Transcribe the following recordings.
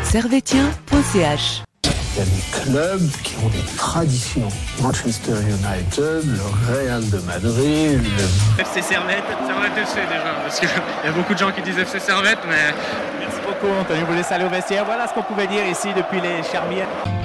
servetien.ch. Il y a des clubs qui ont des traditions. Manchester United, le Real de Madrid, le FC Servette FC déjà, parce qu'il y a beaucoup de gens qui disent FC Servette, mais... Merci beaucoup Anthony, vous laissez aller au vestiaire. Voilà ce qu'on pouvait dire ici depuis les Charmières.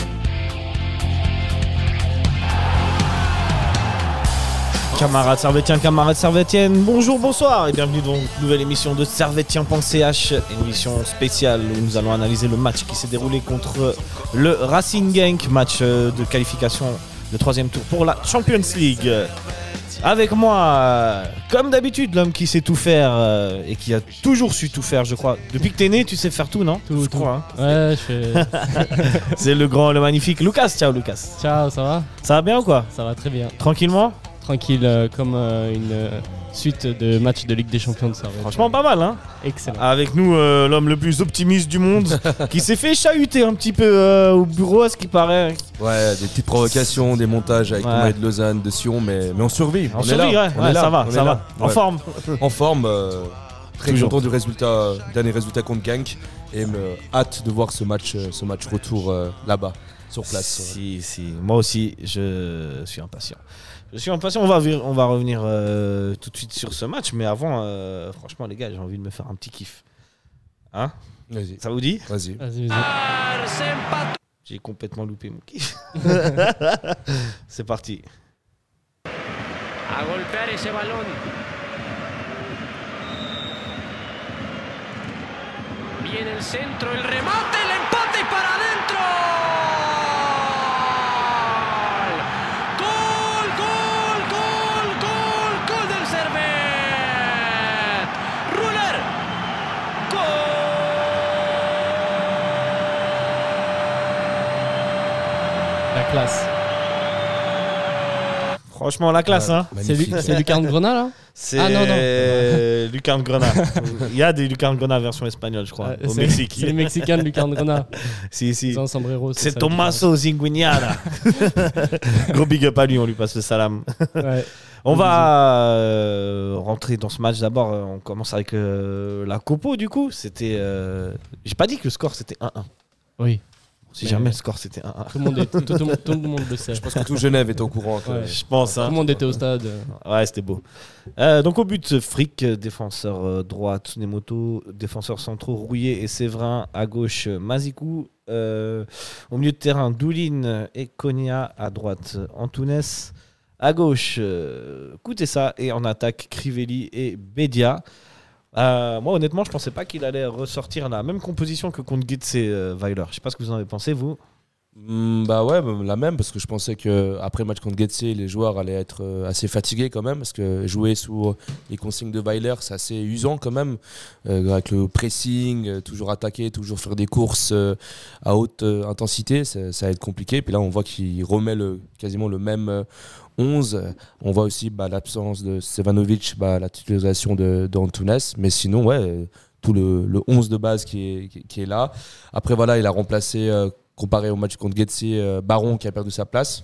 Camarades servétiens, camarades servétiennes, bonjour, bonsoir et bienvenue dans une nouvelle émission de servetien.ch, une émission spéciale où nous allons analyser le match qui s'est déroulé contre le Racing Genk, match de qualification de 3e tour pour la Champions League. Avec moi, comme d'habitude, l'homme qui sait tout faire et qui a toujours su tout faire, je crois. Depuis que t'es né, tu sais faire tout, non ? Tout, je crois. Hein. Ouais, je fais... C'est le grand, le magnifique Lucas. Ciao Lucas. Ciao, ça va ? Ça va bien ou quoi ? Ça va très bien. Tranquillement ? Tranquille, comme une suite de matchs de Ligue des Champions de Servette. Franchement, pas mal, hein ? Excellent. Avec nous, l'homme le plus optimiste du monde, qui s'est fait chahuter un petit peu au bureau, à ce qui paraît. Ouais, des petites provocations, des montages avec Thomas de Lausanne, de Sion, mais on survit. On survit, là. Ouais, ça va. Ouais. En forme. En forme, très Toujours. content du dernier résultat contre Genk et hâte de voir ce match retour là-bas, sur place. Si, moi aussi, je suis impatient. On va revenir tout de suite sur ce match, mais avant, franchement, les gars, j'ai envie de me faire un petit kiff. Hein ? Vas-y. Ça vous dit ? Vas-y. J'ai complètement loupé mon kiff. C'est parti. A golpear ese balón. Viene el centro, el remate, el empate y para adentro. Gol, gol, gol, gol, gol del Servette. Ruller. Gol. La classe. Franchement, la classe, hein. C'est Lucarne Grenat là ? C'est Ah, non. Lucarne Grenat. Il y a des Lucarne Grenat version espagnole, je crois, au Mexique. C'est les Mexicains de Lucarne Grenat. Si. Ils ont un sombrero. C'est ça, Tommaso Zinguignana. Gros big up à lui, on lui passe le salam. Ouais. On va rentrer dans ce match d'abord. On commence avec la Copo, du coup. C'était. J'ai pas dit que le score c'était 1-1. Oui. Si jamais le score c'était 1-1. Tout le monde le sait. Je pense que tout Genève est au courant. Ouais. Je pense. Tout le monde était au stade. Ouais, c'était beau. Donc au but, Frick, défenseur droit, Tsunemoto, défenseurs centraux, Rouillet et Séverin. À gauche, Mazikou. Au milieu de terrain, Doulin et Konya. À droite, Antunes. À gauche, Koutessa. Et en attaque, Crivelli et Bedia. Moi, honnêtement, je pensais pas qu'il allait ressortir la même composition que contre Getse Weiler. Je sais pas ce que vous en avez pensé, vous. Bah ouais, la même, parce que je pensais qu'après le match contre Getse, les joueurs allaient être assez fatigués quand même, parce que jouer sous les consignes de Weiler, c'est assez usant quand même, avec le pressing, toujours attaquer, toujours faire des courses à haute intensité, ça va être compliqué. Puis là, on voit qu'il remet quasiment le même 11. On voit aussi l'absence de Stevanovic, la titularisation d'Antunes, mais sinon, ouais, tout le 11 de base qui est là. Après, voilà, il a remplacé... comparé au match contre Getse, Baron qui a perdu sa place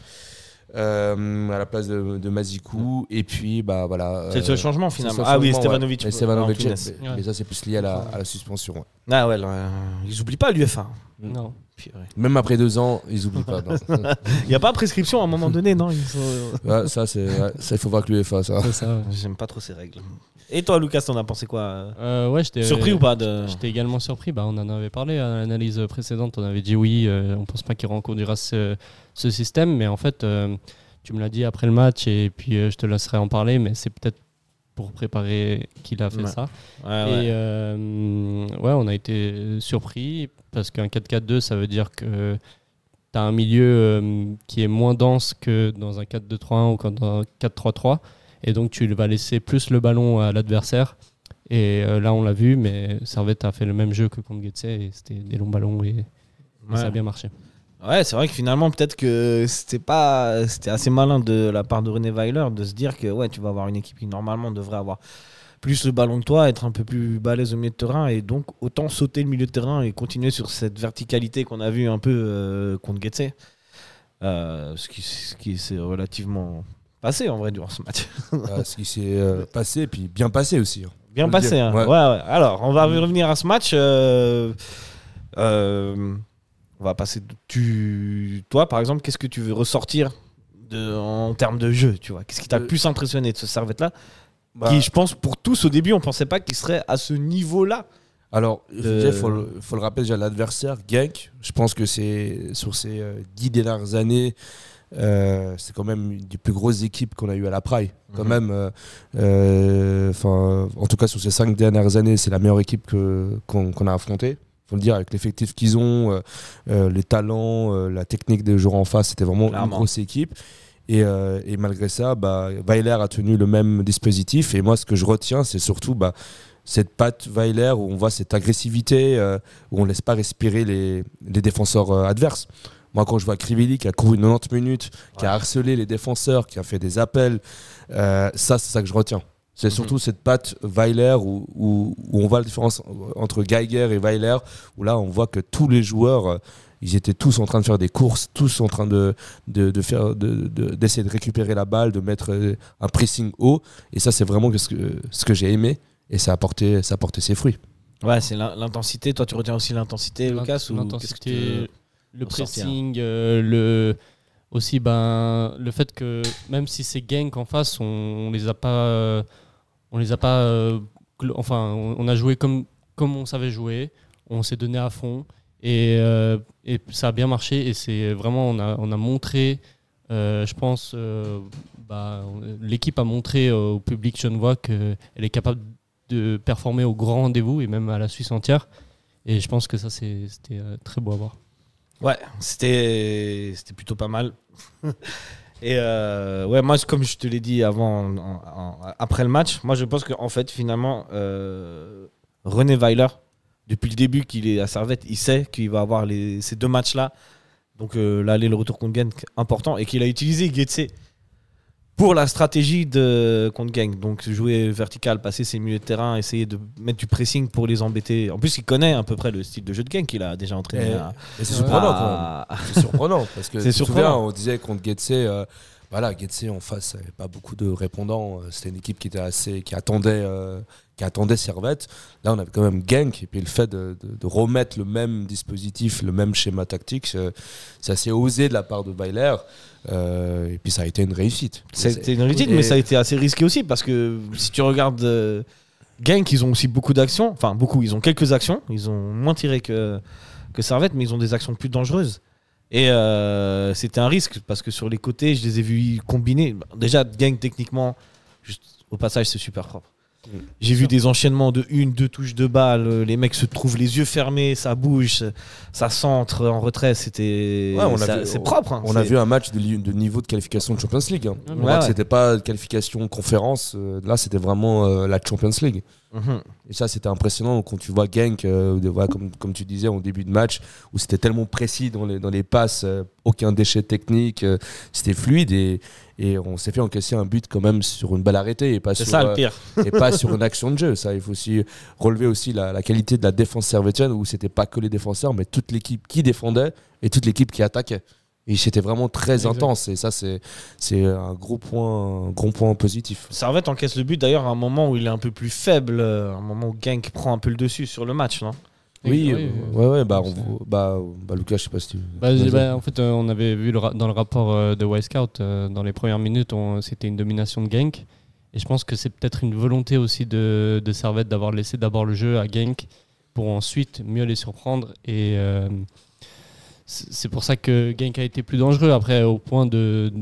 à la place de Mazikou, et puis voilà. C'est le seul changement finalement. Oui, Stevanovic. Ouais. Stevanovic, Ouais. mais ça c'est plus lié à la suspension. Ouais. Ah ouais, ils oublient pas l'UEFA. Non. Même après 2 ans, ils oublient pas. Il n'y a pas prescription à un moment donné, non Ouais, ça il faut voir que l'UEFA ça. C'est ça. J'aime pas trop ces règles. Et toi, Lucas, t'en as pensé quoi Ouais, j'étais surpris ou pas J'étais également surpris. On en avait parlé à l'analyse précédente. On avait dit oui, on pense pas qu'il reconduira ce système, mais en fait, tu me l'as dit après le match et puis je te laisserai en parler, mais c'est peut-être pour préparer qu'il a fait ça. Ouais. Et on a été surpris parce qu'un 4-4-2, ça veut dire que tu as un milieu qui est moins dense que dans un 4-2-3-1 ou dans un 4-3-3. Et donc, tu vas laisser plus le ballon à l'adversaire. Et là, on l'a vu, mais Servette a fait le même jeu que contre Getse. Et c'était des longs ballons et ça a bien marché. Ouais, c'est vrai que finalement, peut-être que c'était assez malin de la part de René Weiler de se dire que ouais, tu vas avoir une équipe qui normalement devrait avoir plus le ballon que toi, être un peu plus balèze au milieu de terrain. Et donc, autant sauter le milieu de terrain et continuer sur cette verticalité qu'on a vu un peu contre Getse. Ce qui s'est relativement passé en vrai durant ce match. Ce qui s'est passé et puis bien passé aussi. Bien passé, hein. Ouais. Alors, on va revenir à ce match. On va passer. Toi, par exemple, qu'est-ce que tu veux ressortir en termes de jeu, tu vois? Qu'est-ce qui t'a le plus impressionné de ce Servette-là? Qui, je pense, pour tous, au début, on pensait pas qu'il serait à ce niveau-là. Alors, il faut le rappeler déjà, l'adversaire, Genk, je pense que c'est sur ces 10 dernières années, c'est quand même une des plus grosses équipes qu'on a eues à la Praille. Quand même, en tout cas, sur ces 5 dernières années, c'est la meilleure équipe qu'on a affrontée. Faut le dire, avec l'effectif qu'ils ont, les talents, la technique des joueurs en face, c'était vraiment une grosse équipe. Et malgré ça, Weiler a tenu le même dispositif. Et moi, ce que je retiens, c'est surtout cette patte Weiler où on voit cette agressivité, où on ne laisse pas respirer les défenseurs adverses. Moi, quand je vois Krivili qui a couru 90 minutes, qui a harcelé les défenseurs, qui a fait des appels, c'est ça que je retiens. C'est surtout cette patte Weiler où on voit la différence entre Geiger et Weiler, où là, on voit que tous les joueurs... ils étaient tous en train de faire des courses, tous en train d'essayer de récupérer la balle, de mettre un pressing haut. Et ça, c'est vraiment ce que j'ai aimé. Et ça a porté ses fruits. Ouais, c'est l'intensité. Toi, tu retiens aussi l'intensité, Lucas, ou l'intensité, le pressing, aussi le fait que même si c'est Genk en face, on les a pas, on a joué comme on savait jouer. On s'est donné à fond. Et ça a bien marché et c'est vraiment on a montré je pense l'équipe a montré au public genevois qu'elle est capable de performer au grand rendez-vous et même à la Suisse entière et je pense que ça c'était très beau à voir. Ouais, c'était plutôt pas mal. Et moi, comme je te l'ai dit après le match, moi je pense qu'en fait finalement René Weiler, depuis le début qu'il est à Servette, il sait qu'il va avoir ces 2 matchs-là. Donc l'aller et le retour contre Genk, important. Et qu'il a utilisé Getse pour la stratégie contre Genk. Donc jouer vertical, passer ses milieux de terrain, essayer de mettre du pressing pour les embêter. En plus, il connaît à peu près le style de jeu de Genk qu'il a déjà entraîné. Et c'est surprenant quand même. C'est surprenant. Parce que tu te souviens, on disait contre Getse... Getse en face, il n'y avait pas beaucoup de répondants. C'était une équipe qui attendait Servette. Là, on avait quand même Genk. Et puis le fait de remettre le même dispositif, le même schéma tactique, c'est assez osé de la part de Weiler. Et puis ça a été une réussite. C'était une réussite, mais ça a été assez risqué aussi. Parce que si tu regardes Genk, ils ont aussi beaucoup d'actions. Enfin, beaucoup. Ils ont quelques actions. Ils ont moins tiré que Servette, mais ils ont des actions plus dangereuses. Et c'était un risque parce que sur les côtés, je les ai vus combiner. Déjà, Genk, techniquement, juste au passage, c'est super propre. J'ai vu des enchaînements de 1-2 touches de balle. Les mecs se trouvent les yeux fermés, ça bouge, ça centre en retrait. C'est propre. Hein. On a vu un match de niveau de qualification de Champions League. Hein. C'était pas qualification conférence. Là, c'était vraiment la Champions League. Et ça, c'était impressionnant quand tu vois Genk, comme tu disais en début de match, où c'était tellement précis dans les passes, aucun déchet technique, c'était fluide et on s'est fait encaisser un but quand même sur une balle arrêtée et pas le pire. Et pas sur une action de jeu. Ça, il faut aussi relever aussi la qualité de la défense servétienne où c'était pas que les défenseurs, mais toute l'équipe qui défendait et toute l'équipe qui attaquait. Et c'était vraiment très intense. Et ça, c'est un gros point positif. Servette encaisse le but d'ailleurs à un moment où il est un peu plus faible, à un moment où Genk prend un peu le dessus sur le match, non ? Oui. Lucas, je sais pas si tu... en fait, on avait vu dans le rapport de Wisecout, dans les premières minutes, c'était une domination de Genk. Et je pense que c'est peut-être une volonté aussi de Servette d'avoir laissé d'abord le jeu à Genk pour ensuite mieux les surprendre. Et c'est pour ça que Genk a été plus dangereux. Après, au point de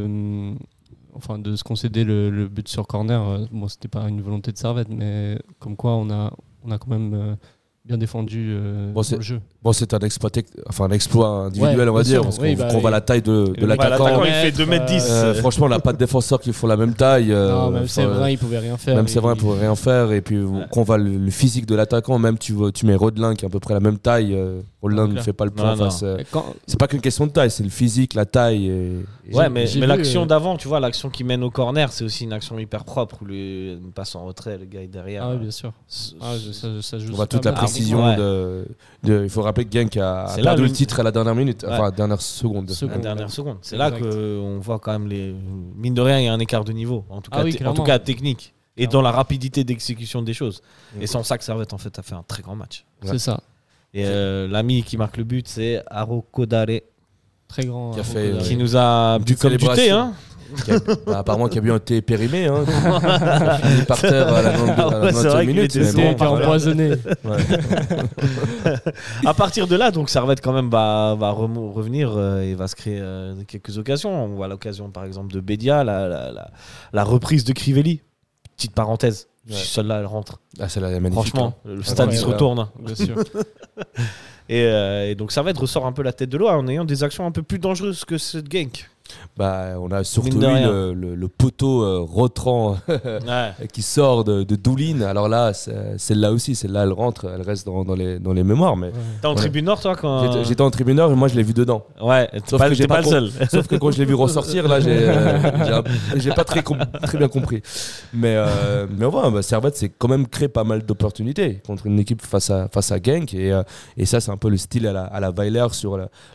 se concéder le but sur corner, c'était pas une volonté de Servette, mais comme quoi on a quand même bien défendu le jeu. C'est un exploit individuel, on va dire, parce qu'on voit la taille de l'attaquant. Il fait 2m10. Franchement, on n'a pas de défenseurs qui font la même taille. Même Séverin, il pouvait rien faire. Il pouvait rien faire. Et puis, quand on voit le physique de l'attaquant, même tu mets Rodelin qui est à peu près la même taille. Rodelin ne fait pas le point. C'est pas qu'une question de taille, c'est le physique, la taille. Mais l'action d'avant, tu vois, l'action qui mène au corner, c'est aussi une action hyper propre où il passe en retrait, le gars est derrière. Ah oui, bien sûr. Ça joue. On voit toute la précision il faut rappeler que Genk a perdu le titre à la dernière minute, dernière seconde. La dernière seconde. C'est là qu'on voit quand même mine de rien, il y a un écart de niveau, en tout cas technique, et dans la rapidité d'exécution des choses. Et sans ça que Servette en fait a fait un très grand match. C'est ça. Et l'ami qui marque le but, c'est Haro Kodare, Très grand. Qui a fait, qui nous a bu comme du thé. Hein. Apparemment, qui a bu un thé périmé. Hein. Il est par terre à la 90e minute. était mais souvent bon, empoisonné. ouais. À partir de là, donc Servette quand même va revenir et va se créer quelques occasions. On voit l'occasion par exemple de Bédia, la reprise de Crivelli. Petite parenthèse, Ouais. celle-là elle rentre. Ah, c'est magnifique. Franchement, hein. le stade il se retourne. Bien sûr. Et donc Servette ressort un peu la tête de l'eau en ayant des actions un peu plus dangereuses que cette Genk. Bah, on a surtout Mine de eu rien. le poteau Rotran qui sort de Doulin. Alors là, celle-là aussi, celle-là, elle rentre, elle reste dans les mémoires. Mais T'es en tribune nord toi quand j'étais en tribune nord et moi je l'ai vu dedans. Ouais, t'es Sauf pas, que j'ai t'es pas pas le seul. Sauf que quand je l'ai vu ressortir, là, j'ai pas très bien compris. Mais on voit, bah, Servette s'est quand même créé pas mal d'opportunités contre une équipe face à Genk. Et ça, c'est un peu le style à la Weiler sur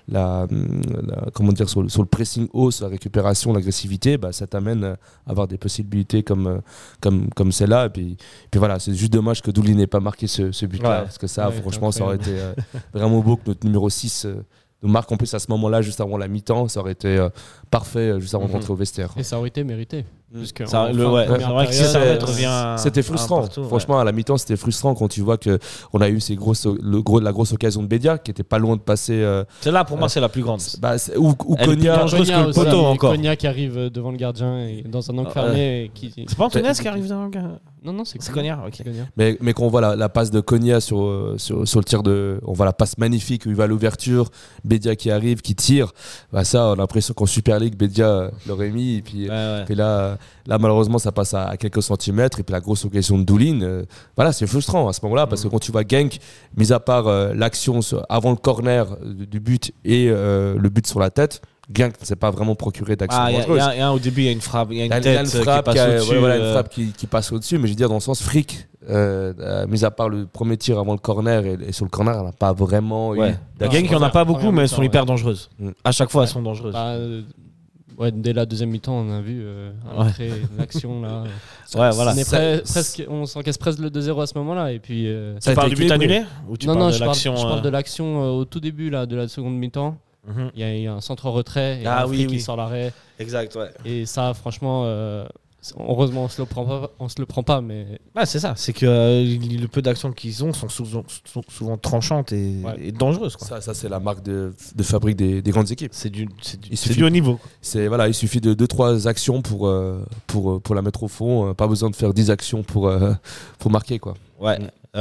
comment dire, sur le pressing haut, sur la récupération, l'agressivité. Bah, ça t'amène à avoir des possibilités comme celle-là. Et puis voilà, c'est juste dommage que Doulin n'ait pas marqué ce but-là. Ouais. Parce que ça, Ouais, franchement, ça aurait été incroyable. vraiment beau que notre numéro 6 nous marque en plus à ce moment-là, juste avant la mi-temps. Ça aurait été parfait juste avant de rentrer au vestiaire. Et ça aurait été mérité. Puisque Ça, en le- fin de ouais, première c'est vrai que si période, Servette revient C'était un frustrant. partout, ouais. Franchement, à la mi-temps, c'était frustrant quand tu vois qu'on a eu la grosse occasion de Bédia qui était pas loin de passer. Celle-là pour moi c'est la plus grande. Ou Elle est plus Konya. dangereuse que le aussi, poteau encore. Konya qui arrive devant le gardien et dans un angle Ouais. fermé. Et qui... C'est pas Antunes qui arrive dans Non, c'est C'est Cognard, ok. Konya. Mais quand on voit la passe de Konya sur le tir on voit la passe magnifique où il va à l'ouverture, Bédia qui arrive, qui tire. Bah ça, on a l'impression qu'en Super League, Bédia l'aurait mis. Et puis, Ouais. puis là, malheureusement, ça passe à quelques centimètres. Et puis la grosse occasion de Doulin, voilà, c'est frustrant à ce moment-là parce que quand tu vois Genk, mis à part l'action avant le corner du but et le but sur la tête, Genk ne s'est pas vraiment procuré d'action Ah, dangereuse. il y a au début, il y a une frappe, il y a une Il y a tête une qui frappe, passe au-dessus. une frappe qui passe au-dessus, mais je veux dire dans le sens fric, mis à part le premier tir avant le corner et sur le corner, on n'a pas vraiment eu Ouais. La d'action. gang, il n'y en a pas beaucoup, mais elles sont mi-temps, hyper dangereuses. Mm. À chaque fois, elles sont dangereuses. Bah, ouais, dès la deuxième mi-temps, on a vu l'action là. Ouais, voilà. On, presque, on s'encaisse presque le 2-0 à ce moment-là. Et puis, Ça a Tu parles été du but équilibré. annulé ou tu non, parles non, de je parle, l'action je parle de l'action au tout début là, de la seconde mi-temps. Mhm. Il y a un centre retrait et Ah un oui, flic oui. qui sort l'arrêt. Exact, ouais. Et ça, franchement, heureusement, on se le prend pas, mais Ouais, c'est ça. C'est que le peu d'actions qu'ils ont sont souvent tranchantes et dangereuses. Quoi. Ça c'est la marque de fabrique des grandes équipes. C'est du Il suffit- haut niveau. Il suffit de 2-3 actions pour la mettre au fond. Pas besoin de faire 10 actions pour marquer, quoi. Ouais.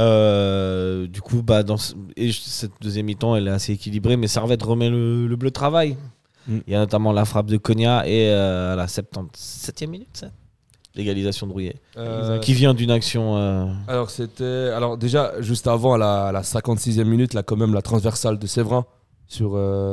Du coup, cette deuxième mi-temps, elle est assez équilibrée, mais Servette remet le bleu de travail. Mm. Il y a notamment la frappe de Konya et à la 77e minute, ça l'égalisation de Rouillet, qui vient d'une action. Alors déjà, juste avant, à la 56e minute, là, quand même, la transversale de Séverin sur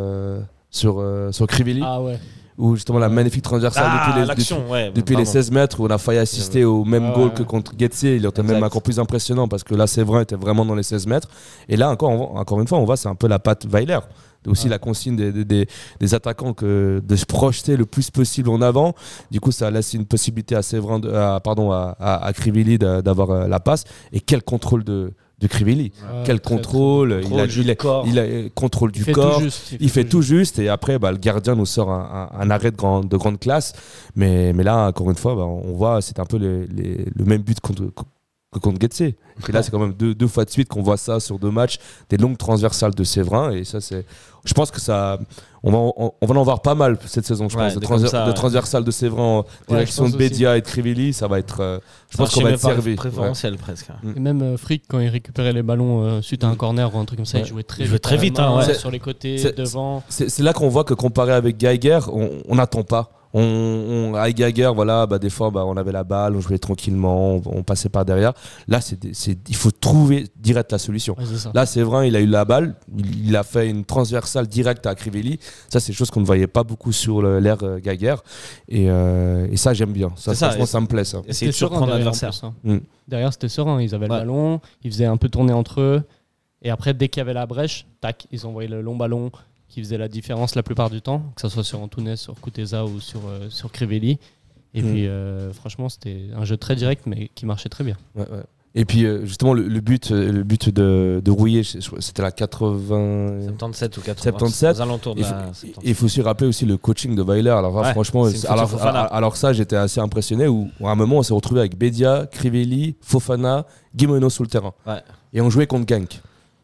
Crivelli, ah ouais. où justement la magnifique transversale l'action, ouais. depuis les 16 mètres où on a failli assister au même Ouais, goal ouais. que contre Getse. Il était même Exact. encore plus impressionnant parce que là, Séverin était vraiment dans les 16 mètres. Et là, encore une fois, on voit, c'est un peu la patte Weiler. Aussi la consigne des attaquants de se projeter le plus possible en avant. Du coup, ça laisse une possibilité à Séverin, à Crivelli d'avoir la passe. Et quel contrôle de Crivelli. Quel contrôle. Il a contrôle du corps. Il fait tout juste et après le gardien nous sort un arrêt de grande classe, mais là encore une fois on voit c'est un peu le même but que contre Getse. Et là c'est quand même deux fois de suite qu'on voit ça sur 2 matchs, des longues transversales de Séverin, et ça c'est, je pense que ça on va en voir pas mal cette saison, je pense, de transversales de Séverin en direction de Bédia et de Crivelli. Ça va être je pense qu'on va être servi préférentiel presque. Et même Frick, quand il récupérait les ballons suite à un corner ou un truc comme ça, il jouait très vite sur les côtés, devant. C'est là qu'on voit que comparé avec Geiger, on n'attend pas. Avec Geiger, des fois, on avait la balle, on jouait tranquillement, on passait par derrière. Là, il faut trouver direct la solution. Ouais, c'est ça. Là, c'est vrai, il a eu la balle, il a fait une transversale directe à Crivelli. Ça, c'est des choses qu'on ne voyait pas beaucoup sur l'ère Geiger. Et ça, j'aime bien. Ça, franchement, ça me plaît. Ça. Essayer de surprendre l'adversaire. Derrière, c'était serein. Ils avaient le ballon, ils faisaient un peu tourner entre eux. Et après, dès qu'il y avait la brèche, tac, ils envoyaient le long ballon qui faisait la différence la plupart du temps, que ce soit sur Antunes, sur Kuteza ou sur Crivelli. Et puis, franchement, c'était un jeu très direct, mais qui marchait très bien. Ouais. Et puis justement le but de Rouillet, c'était la 77 ou 80. 77. Aux alentours de la Il faut aussi rappeler aussi le coaching de Weiler. Alors là, franchement, alors ça, j'étais assez impressionné où à un moment on s'est retrouvé avec Bedia, Crivelli, Fofana, Guimeno sur le terrain. Ouais. Et on jouait contre Genk.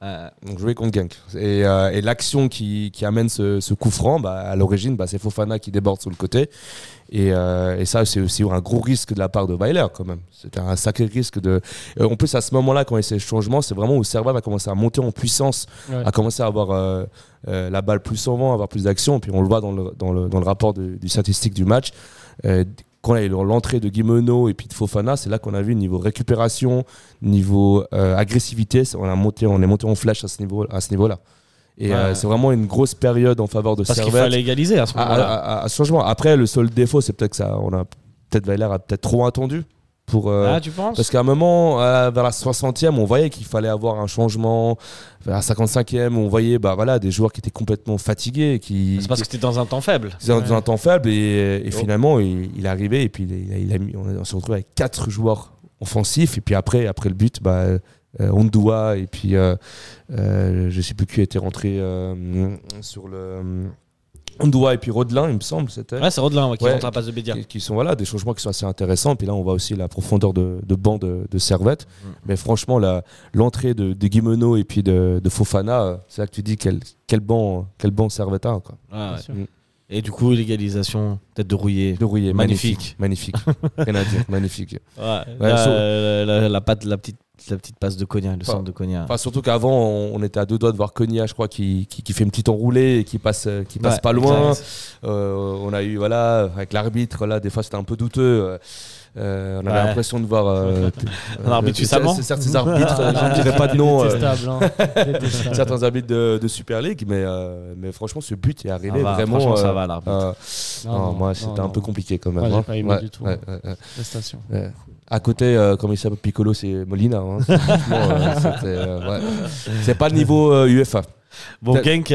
Et l'action qui amène ce coup franc, à l'origine, c'est Fofana qui déborde sur le côté. Et ça, c'est aussi un gros risque de la part de Weiler quand même. C'était un sacré risque de. En plus, à ce moment-là, quand il y a ces changements, c'est vraiment où Servette va commencer à monter en puissance, à commencer à avoir la balle plus souvent, avoir plus d'action. Et puis on le voit dans le rapport du statistique du match. Quand il y a eu l'entrée de Guimeno et puis de Fofana, c'est là qu'on a vu niveau récupération, niveau agressivité, on est monté en flèche à ce niveau-là. Et c'est vraiment une grosse période en faveur de Servette. Parce qu'il fallait égaliser à ce moment-là. À ce changement. Après, le seul défaut, c'est peut-être que Weiler a peut-être trop attendu. Tu penses ? Parce qu'à un moment, vers la 60e, on voyait qu'il fallait avoir un changement. Vers la 55e, on voyait des joueurs qui étaient complètement fatigués. C'est parce que c'était dans un temps faible. C'était dans un temps faible et finalement, il est arrivé et puis on s'est retrouvé avec 4 joueurs offensifs. Et puis après le but, Ondoua et puis je ne sais plus qui était rentré sur le... Ondoua et puis Rodelin, il me semble, c'était. Ouais, c'est Rodelin qui rentre à la passe de Bédia. Qui sont des changements qui sont assez intéressants. Puis là, on voit aussi la profondeur de banc de Servette. Mais franchement, l'entrée de Guimeno et puis de Fofana, c'est là que tu dis quel banc Servette a. Quoi. Et du coup, l'égalisation, peut-être de Rouillet. Magnifique. Rien à dire, magnifique. La petite passe de Konya, le centre de Konya. Surtout qu'avant, on était à 2 doigts de voir Konya, je crois, qui fait une petite enroulée et qui passe pas loin. On a eu, avec l'arbitre, là, des fois c'était un peu douteux. On avait l'impression de voir un arbitre suisse allemand. Certains arbitres, je ne dirais pas de nom, Détestable. certains arbitres de Super League, mais franchement, ce but est arrivé vraiment. Franchement, ça va, l'arbitre. Moi, c'était un peu compliqué quand même. J'ai pas aimé du tout. Prestation. À côté, comme il s'appelle Piccolo, c'est Molina. C'est pas le niveau UEFA. Bon, Genk,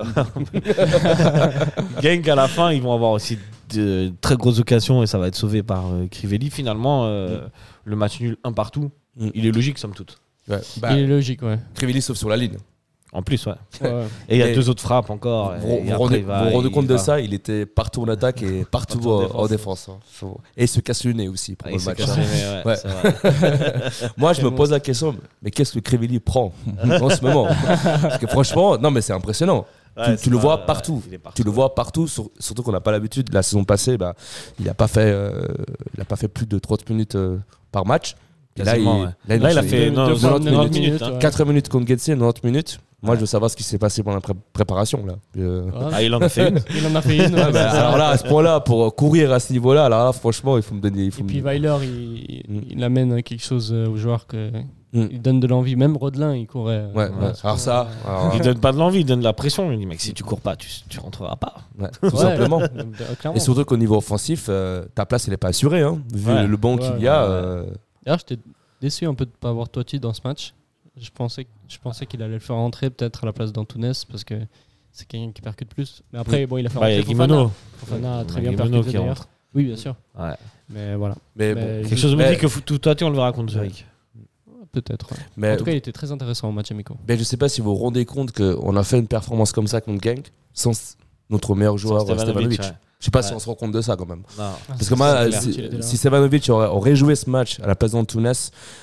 Genk, à la fin, ils vont avoir aussi de très grosses occasions et ça va être sauvé par Crivelli. Finalement, le match nul 1 partout, il est logique, somme toute. Il est logique, ouais. Crivelli sauf sur la ligne. En plus, ouais. Et il y a 2 autres frappes encore. Vous vous rendez compte de ça, il était partout en attaque et partout en défense. Et il se casse le nez aussi pour le match. Moi, je me pose la question, mais qu'est-ce que Crivelli prend en ce moment ? Parce que franchement, non, mais c'est impressionnant. Tu le vois partout. Tu le vois partout, surtout qu'on n'a pas l'habitude. La saison passée, il n'a pas fait plus de 30 minutes par match. Et là, il a fait 90 minutes. 4 minutes contre Getse, 90 minutes. Moi, je veux savoir ce qui s'est passé pendant la préparation. Là. Il en a fait une. Alors là, à ce point-là, pour courir à ce niveau-là, alors là, franchement, il faut me donner. Puis Weiler, il amène quelque chose aux joueurs il donne de l'envie. Même Rodelin, il courait. Alors ça, il donne pas de l'envie, il donne de la pression. Il dit, mec, si tu cours pas, tu rentreras pas. Tout simplement. Et surtout qu'au niveau offensif, ta place, elle n'est pas assurée. Vu le banc qu'il y a. D'ailleurs, j'étais déçu un peu de ne pas avoir Totti dans ce match. Je pensais qu'il allait le faire rentrer peut-être à la place d'Antunes parce que c'est quelqu'un qui percute plus. Mais après, il a fait rentrer Fofana. Fofana a très bien percuté d'ailleurs. Oui, bien sûr. Ouais. Mais voilà. Quelque chose me dit que Totti, on le verra contre Zurich. Peut-être. Ouais. En tout cas, il était très intéressant au match amical. Je ne sais pas si vous vous rendez compte qu'on a fait une performance comme ça contre Genk sans notre meilleur joueur Stevanovic. Je ne sais pas si on se rend compte de ça quand même. Non. Parce que moi, si Stevanovic aurait joué ce match à la place d'Antunes,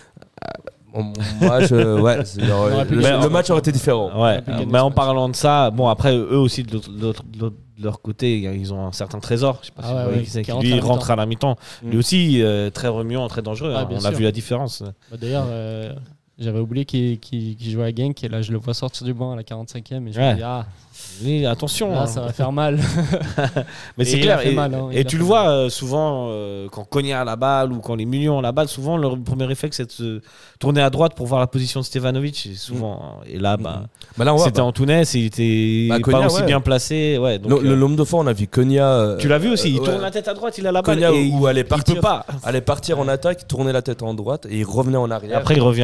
le match aurait été différent. Mais en parlant de ça, bon après eux aussi de leur côté, ils ont un certain Trésor. Je sais pas si vous voyez qui c'est. Lui il rentre à la mi-temps. Lui aussi très remuant, très dangereux. On a vu la différence. D'ailleurs, j'avais oublié qu'il jouait à Genk et là je le vois sortir du banc à la 45e et je me dis oui, attention. Là, ça va faire mal. Mais c'est clair. Et tu le vois souvent quand Konya a la balle ou quand les Millions ont la balle, souvent leur premier réflexe c'est de se tourner à droite pour voir la position de Stevanovic. Souvent. Et là, c'était Antunes, il était pas aussi bien placé. Donc, le nombre de fois on a vu Konya. Tu l'as vu aussi, il tourne la tête à droite, il a la balle. Konya où allait partir en attaque, tourner la tête en droite et il revenait en arrière. Après il revient. Et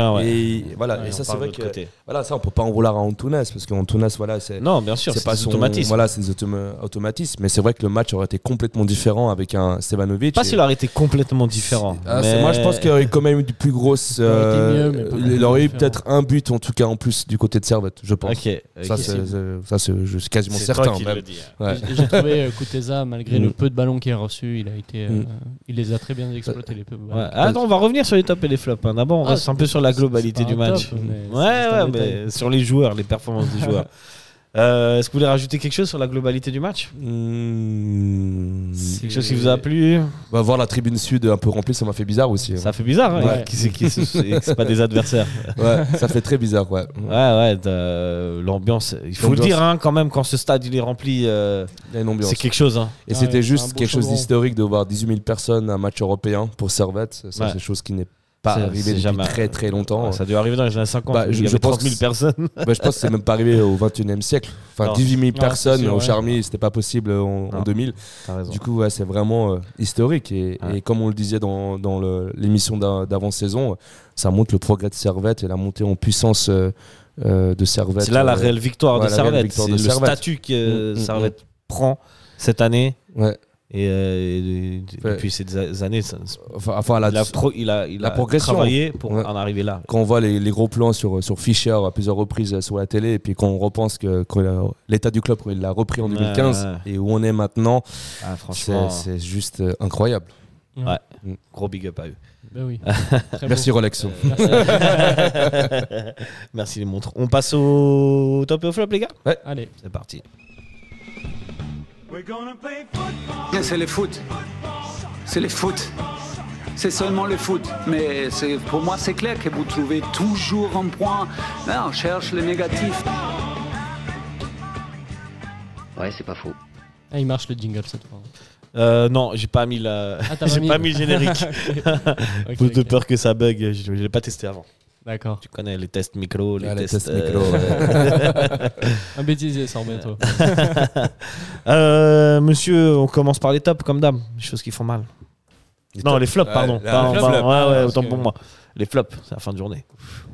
voilà, Ouais, et on ça c'est parle vrai de que l'autre côté. voilà, ça on peut pas en vouloir à Antunes parce qu'Antunes voilà, Non, bien sûr, c'est pas des son automatismes. voilà, c'est des automatismes, mais c'est vrai que le match aurait été complètement différent avec un Stevanovic. Pas s'il aurait été complètement différent. mais... Moi je pense qu'il y aurait quand même eu du plus grosse aurait été mieux, mais pas il aurait eu différent. peut-être un but en tout cas en plus du côté de Servette, je pense. Ok. Ça je suis quasiment C'est certain toi qui même. le dis. Ouais. J'ai trouvé Kuteza, malgré le Mm. peu de ballons qu'il a reçus, il a été, Mm. il les a très bien exploités les peu. de ballons. Ouais. Attends, on va revenir sur les tops et les flops. Hein. D'abord, on Ah, reste un peu sur la globalité c'est du pas un match. top, mais c'est Ouais, juste un mais détail. sur les joueurs, les performances des joueurs. Est-ce que vous voulez rajouter quelque chose sur la globalité du match? Quelque chose qui vous a plu? Bah, voir la tribune sud un peu remplie, ça m'a fait bizarre aussi. Hein. Ça fait bizarre, hein, Ouais. c'est pas des adversaires. Ouais, ça fait très bizarre, ouais. Ouais, l'ambiance, il faut le L'ambiance. dire hein, quand même, quand ce stade il est rempli, Il y a une ambiance. c'est quelque chose. Hein. Et Ouais, c'était c'est juste un beau quelque chose chaudron. d'historique de voir 18 000 personnes à un match européen pour Servette. Ça, Ouais. c'est chose qui n'est pas C'est arrivé depuis jamais- très très longtemps. Ouais, ça a dû arriver dans les années 50, Bah, où il y je avait pense 30 000 que personnes. Bah, je pense que c'est même pas arrivé au 21e siècle. Enfin, Non. 18 000 personnes c'est sûr, au ouais. Charmy, c'était pas possible en Non. 2000. T'as raison. Du coup, ouais, c'est vraiment historique. Et comme on le disait dans l'émission d'avant-saison, ça montre le progrès de Servette et la montée en puissance de Servette. C'est là la réelle victoire ouais, de la réelle Servette. victoire C'est de le Servette. statut que Mm, mm, Servette prend cette année. Ouais. Et Ouais. depuis ces années, Enfin, il a la progression. travaillé pour Ouais. en arriver là. Quand on voit les gros plans sur Fischer à plusieurs reprises sur la télé, et puis quand on repense que l'état du club quand il l'a repris en 2015 Ouais. et où on est maintenant, Ah, franchement, c'est juste incroyable. Ouais. Mm. Gros big up à eux. Ben oui. Très Merci beau. Rolex. Merci les montres. On passe au top et au flop, les gars? Allez. C'est parti. C'est le foot. C'est le foot. C'est seulement le foot. Mais pour moi, c'est clair que vous trouvez toujours un point. Là, on cherche le négatif. Ouais, c'est pas faux. Ah, il marche le jingle cette fois. Non, j'ai pas mis t'as j'ai pas pas mis. mis le générique. Ok, De ok. peur que ça bug. Je l'ai pas testé avant. D'accord. Tu connais les tests micro, les Les tests tests micro, ouais. Un bêtisier sort bientôt. Monsieur, on commence par les tops comme d'hab. Les choses qui font mal. Non, les flops, pardon. les Pardon, flops. pardon. Ah, Ouais, parce autant que- pour moi. Les flops, c'est la fin de journée.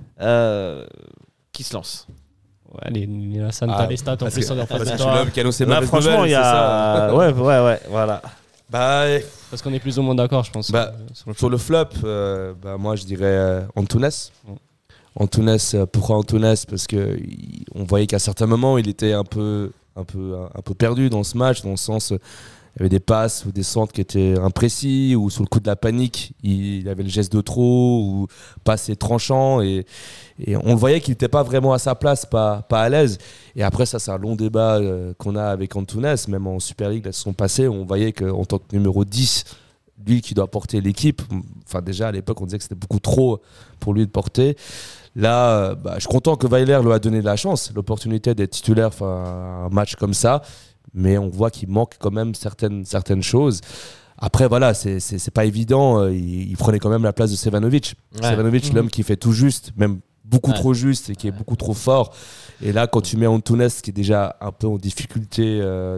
Qui se lance? Ouais, il a Santa les stats en parce plus que- en face parce de que je suis toi. l'homme qui annonce les Là, mauvaises franchement, nouvelles, il y c'est ça. a. Ouais, voilà. Bah, Parce qu'on est plus ou moins d'accord, je pense. Bah, sur le sur le flop, moi je dirais Antunes. Antunes, pourquoi Antunes? Parce que on voyait qu'à certains moments il était un peu perdu dans ce match, dans le sens il y avait des passes ou des centres qui étaient imprécis, ou sous le coup de la panique il avait le geste de trop, ou pas assez tranchant, et on le voyait qu'il n'était pas vraiment à sa place, pas à l'aise. Et après ça, c'est un long débat qu'on a avec Antunes, même en Super League la saison passée, on voyait qu'en tant que numéro 10, lui qui doit porter l'équipe, enfin déjà à l'époque on disait que c'était beaucoup trop pour lui de porter. Là, je suis content que Weiler lui a donné de la chance, l'opportunité d'être titulaire un match comme ça, mais on voit qu'il manque quand même certaines choses. Après voilà, c'est pas évident, il prenait quand même la place de Stevanovic. Ouais. Stevanovic, l'homme qui fait tout juste, même beaucoup Ouais. trop juste, et qui est beaucoup trop fort. Et là, quand tu mets Antunes, qui est déjà un peu en difficulté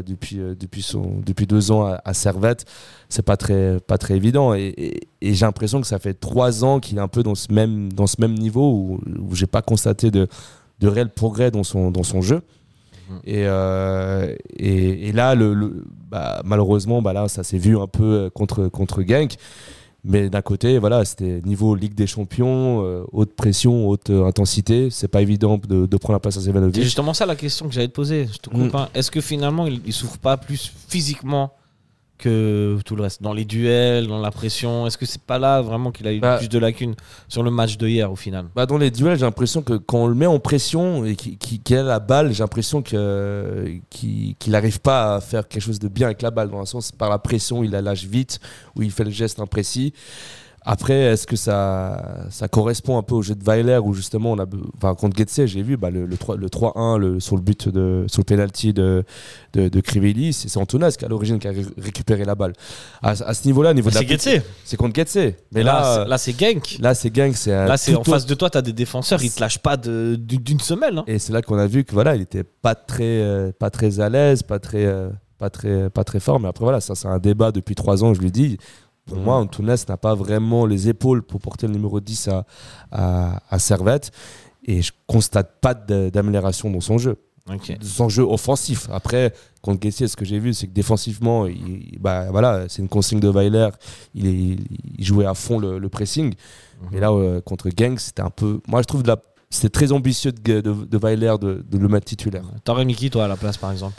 depuis 2 ans à Servette, c'est pas très évident. Et j'ai l'impression que ça fait 3 ans qu'il est un peu dans ce même niveau où j'ai pas constaté de réel progrès dans son jeu. Et là, malheureusement, là, ça s'est vu un peu contre Genk. Mais d'un côté, voilà, c'était niveau Ligue des Champions, haute pression, haute intensité. C'est pas évident de prendre la place à C'est Stevanovic. justement ça la question que j'allais te poser. Je te coupe. Hein. Est-ce que finalement, il souffre pas plus physiquement que tout le reste? Dans les duels, dans la pression, est-ce que c'est pas là vraiment qu'il a eu plus de lacunes sur le match de hier au final? Dans les duels, j'ai l'impression que quand on le met en pression et qu'il a la balle, j'ai l'impression qu'il n'arrive pas à faire quelque chose de bien avec la balle. Dans le sens, par la pression, il la lâche vite ou il fait le geste imprécis. Après, est-ce que ça correspond un peu au jeu de Weiler, où justement, contre Getse, j'ai vu le 3-1 sur le penalty de Crivelli, c'est Antunes qui à l'origine qui a récupéré la balle. À ce niveau-là, C'est Getse. c'est contre Getse. Mais là, c'est Genk. Là, c'est Genk. Là, c'est en face de toi, tu as des défenseurs, ils te lâchent pas d'une semelle. Hein. Et c'est là qu'on a vu que voilà, il était pas très à l'aise, pas très fort. Mais après voilà, ça c'est un débat depuis 3 ans. Je lui dis, Pour moi, Antunes n'a pas vraiment les épaules pour porter le numéro 10 à Servette. Et je constate pas d'amélioration dans son jeu. Ok. Son jeu offensif. Après, contre Guessier, ce que j'ai vu, c'est que défensivement, c'est une consigne de Weiler. Il jouait à fond le pressing. Mais là, contre Genk, c'était un peu. Moi, je trouve c'était très ambitieux de Weiler de le mettre titulaire. T'aurais mis qui, toi, à la place, par exemple ?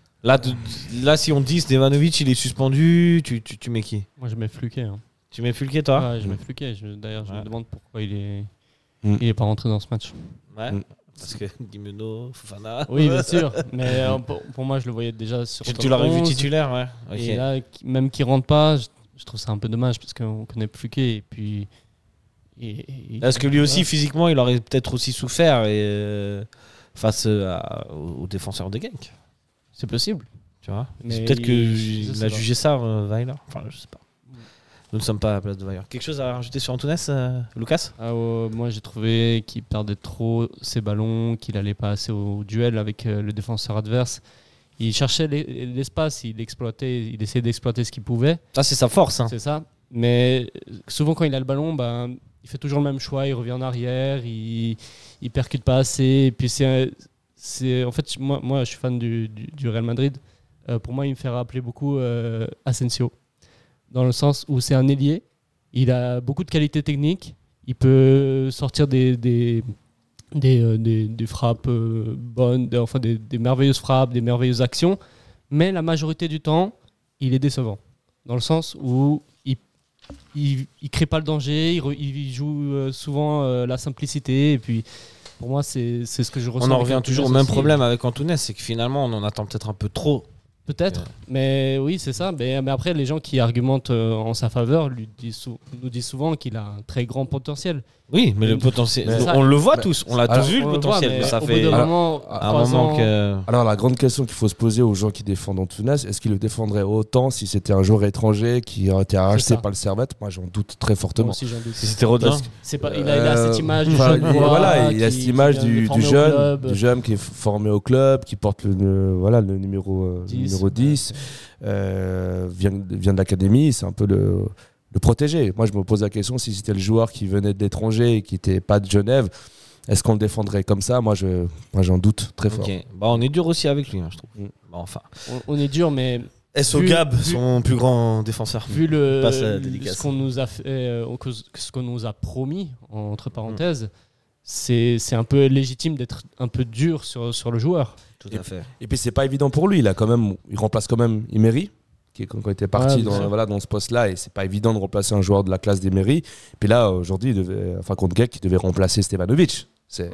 Là, si on dit Stevanovic, il est suspendu, tu mets qui ? Moi, je mets Fluquet. Hein. Tu mets Fulquet, toi ? Ouais, je mets Fluquet. D'ailleurs, je me demande pourquoi il est pas rentré dans ce match. Ouais. Parce que Guimeno, Fofana. Oui, bien sûr. Mais pour moi, je le voyais déjà sur. Tu l'aurais vu titulaire, ouais. Okay. Et là, même qu'il rentre pas, je trouve ça un peu dommage parce qu'on connaît Fluquet et puis. Parce que lui aussi, physiquement, il aurait peut-être aussi souffert face aux défenseurs de Genk. C'est possible. Tu vois. Mais c'est peut-être qu'il a jugé ça, Weiler. Enfin, je sais pas. Nous ne sommes pas à la place de Weiler. Quelque chose à rajouter sur Antunes, Lucas ? Moi, j'ai trouvé qu'il perdait trop ses ballons, qu'il allait pas assez au duel avec le défenseur adverse. Il cherchait l'espace, il essayait d'exploiter ce qu'il pouvait. Ça, c'est sa force. Hein. C'est ça. Mais souvent, quand il a le ballon, il fait toujours le même choix. Il revient en arrière, il percute pas assez. Et puis en fait, moi, je suis fan du Real Madrid. Pour moi, il me fait rappeler beaucoup Asensio. Dans le sens où c'est un ailier, il a beaucoup de qualités techniques, il peut sortir des frappes bonnes, des merveilleuses frappes, des merveilleuses actions, mais la majorité du temps, il est décevant. Dans le sens où il crée pas le danger, il joue souvent la simplicité, et puis pour moi, c'est ce que je ressens. On en revient toujours au même problème avec Antunes, c'est que finalement, on en attend peut-être un peu trop. Peut-être, mais oui, c'est ça. Mais après, les gens qui argumentent en sa faveur nous disent souvent qu'il a un très grand potentiel. Oui, mais le potentiel, on le voit tous, on l'a tous vu le potentiel. Mais ça au fait bout d'un moment que. Alors, la grande question qu'il faut se poser aux gens qui défendent Antunes, est-ce qu'ils le défendraient autant si c'était un joueur étranger qui aurait été racheté par le Servette ? Moi, j'en doute très fortement. Moi aussi, j'en doute. Si c'était Rodin, il a cette image du jeune. Il a cette image du jeune qui est formé au club, qui porte le numéro 10, vient de l'académie, c'est un peu le protéger. Moi, je me pose la question, si c'était le joueur qui venait de l'étranger et qui n'était pas de Genève, est-ce qu'on le défendrait comme ça ? Moi, j'en doute très fort. On est dur aussi avec lui, je trouve. On est dur, mais... S.O. Gab, son plus grand défenseur. Vu ce qu'on nous a fait, ce qu'on nous a promis, entre parenthèses, c'est un peu légitime d'être un peu dur sur le joueur. Tout à fait. Et puis, c'est pas évident pour lui. Il remplace quand même Emery, qui quand il était parti dans ce poste-là, et c'est pas évident de remplacer un joueur de la classe d'Emery. Puis là, aujourd'hui, contre Genk, il devait remplacer Stevanovic. C'est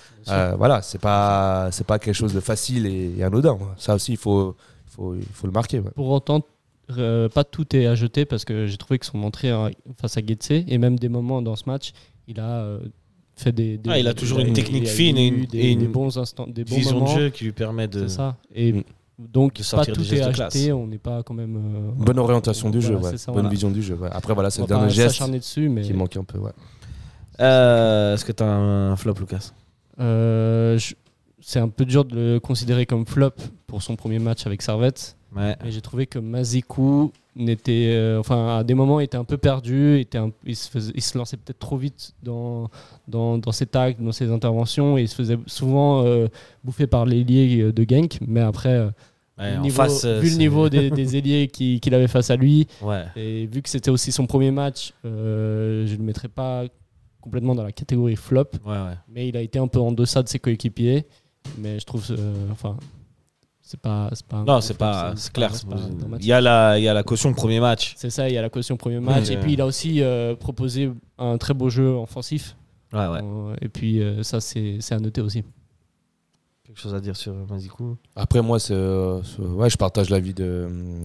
pas quelque chose de facile et anodin. Ça aussi, il faut le marquer. Ouais. Pour autant, pas tout est à jeter, parce que j'ai trouvé que son entrée face à Getse, et même des moments dans ce match, il a fait il a toujours une technique fine et une bons instants, des bons vision moments. de jeu qui lui permet de. C'est ça. Et donc, pas tout est acheté, on n'est pas quand même. Bonne orientation du jeu, bonne vision du jeu. Ouais. Après, c'est le dernier geste qui manque un peu. Ouais. Est-ce que tu as un flop, Lucas ? C'est un peu dur de le considérer comme flop pour son premier match avec Servette. Ouais. Et j'ai trouvé que Mazikou à des moments était un peu perdu, il se lançait peut-être trop vite dans ses tacles, dans ses interventions, et il se faisait souvent bouffer par l'ailier de Genk. Mais après, vu le niveau des ailiers qu'il avait face à lui, et vu que c'était aussi son premier match, je ne le mettrais pas complètement dans la catégorie flop. Mais il a été un peu en deçà de ses coéquipiers. Mais je trouve, c'est pas non, c'est clair. Il y a la caution premier match. C'est ça, il y a la caution premier match. Et puis il a aussi proposé un très beau jeu offensif. Et puis ça, c'est à noter aussi. Quelque chose à dire sur Mazikou ? Après, moi, je partage l'avis de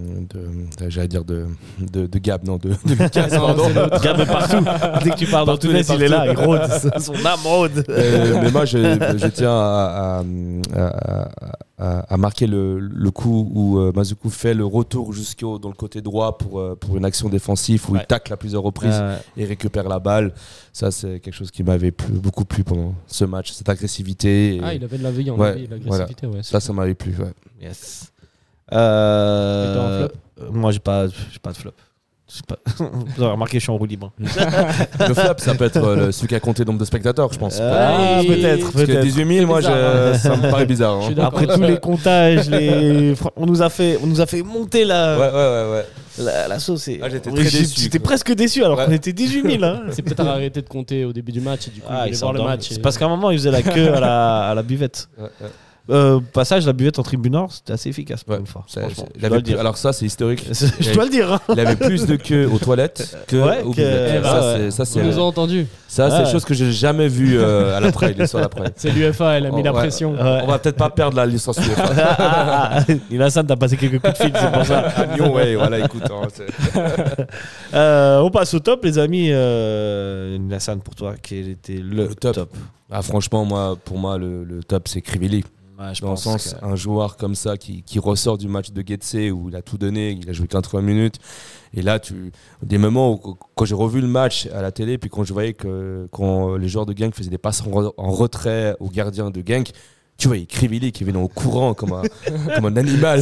Gab, non, de Lucas. Gab est partout. Dès que tu parles d'Antunes, il est là, il rôde. Son âme rôde. Mais moi, je tiens à marquer le coup où Mazikou fait le retour dans le côté droit pour une action défensive où il tacle à plusieurs reprises et récupère la balle. Ça, c'est quelque chose qui m'avait beaucoup plu pendant ce match, cette agressivité. Il avait de la vie, l'agressivité. Voilà. Ça m'avait plu. Ouais. Yes. Et toi, un flop ? Moi, j'ai pas de flop. Je sais pas. Vous avez remarqué, je suis en roue libre. Le flop, ça peut être celui qui a compté le nombre de spectateurs, je pense. Peut-être. Parce que 18 000, moi, ça me paraît bizarre. Hein. Après tous les comptages, on nous a fait monter la sauce. J'étais très déçu. J'étais presque déçu alors qu'on était 18 000. Hein. C'est peut-être arrêté de compter au début du match et du coup ils voulaient voir le match. C'est parce qu'à un moment ils faisaient la queue à la buvette. Passage, la buvette en tribune nord, c'était assez efficace pour une fois. Alors ça, c'est historique. Je dois le dire. Hein. Il avait plus de queue aux toilettes que aux buvettes. Ça, on nous a entendu. Ça, c'est des choses que j'ai jamais vues à l'après, l'histoire d'après. C'est l'UEFA, elle a mis la pression. On va peut-être pas perdre la licence UEFA. Nilassan, t'as passé quelques coups de fil, c'est pour ça. À Lyon, ouais, voilà, écoute. On passe au top, les amis. Nilassan, pour toi, quel était le top? Franchement, pour moi, le top, c'est Krivili. Ouais, dans le sens, un joueur comme ça qui ressort du match de Getse où il a tout donné, il a joué 80 minutes. Et là, des moments où, quand j'ai revu le match à la télé, puis quand je voyais que quand les joueurs de Genk faisaient des passes en retrait au gardien de Genk, tu vois, Krivili qui venait en courant comme un animal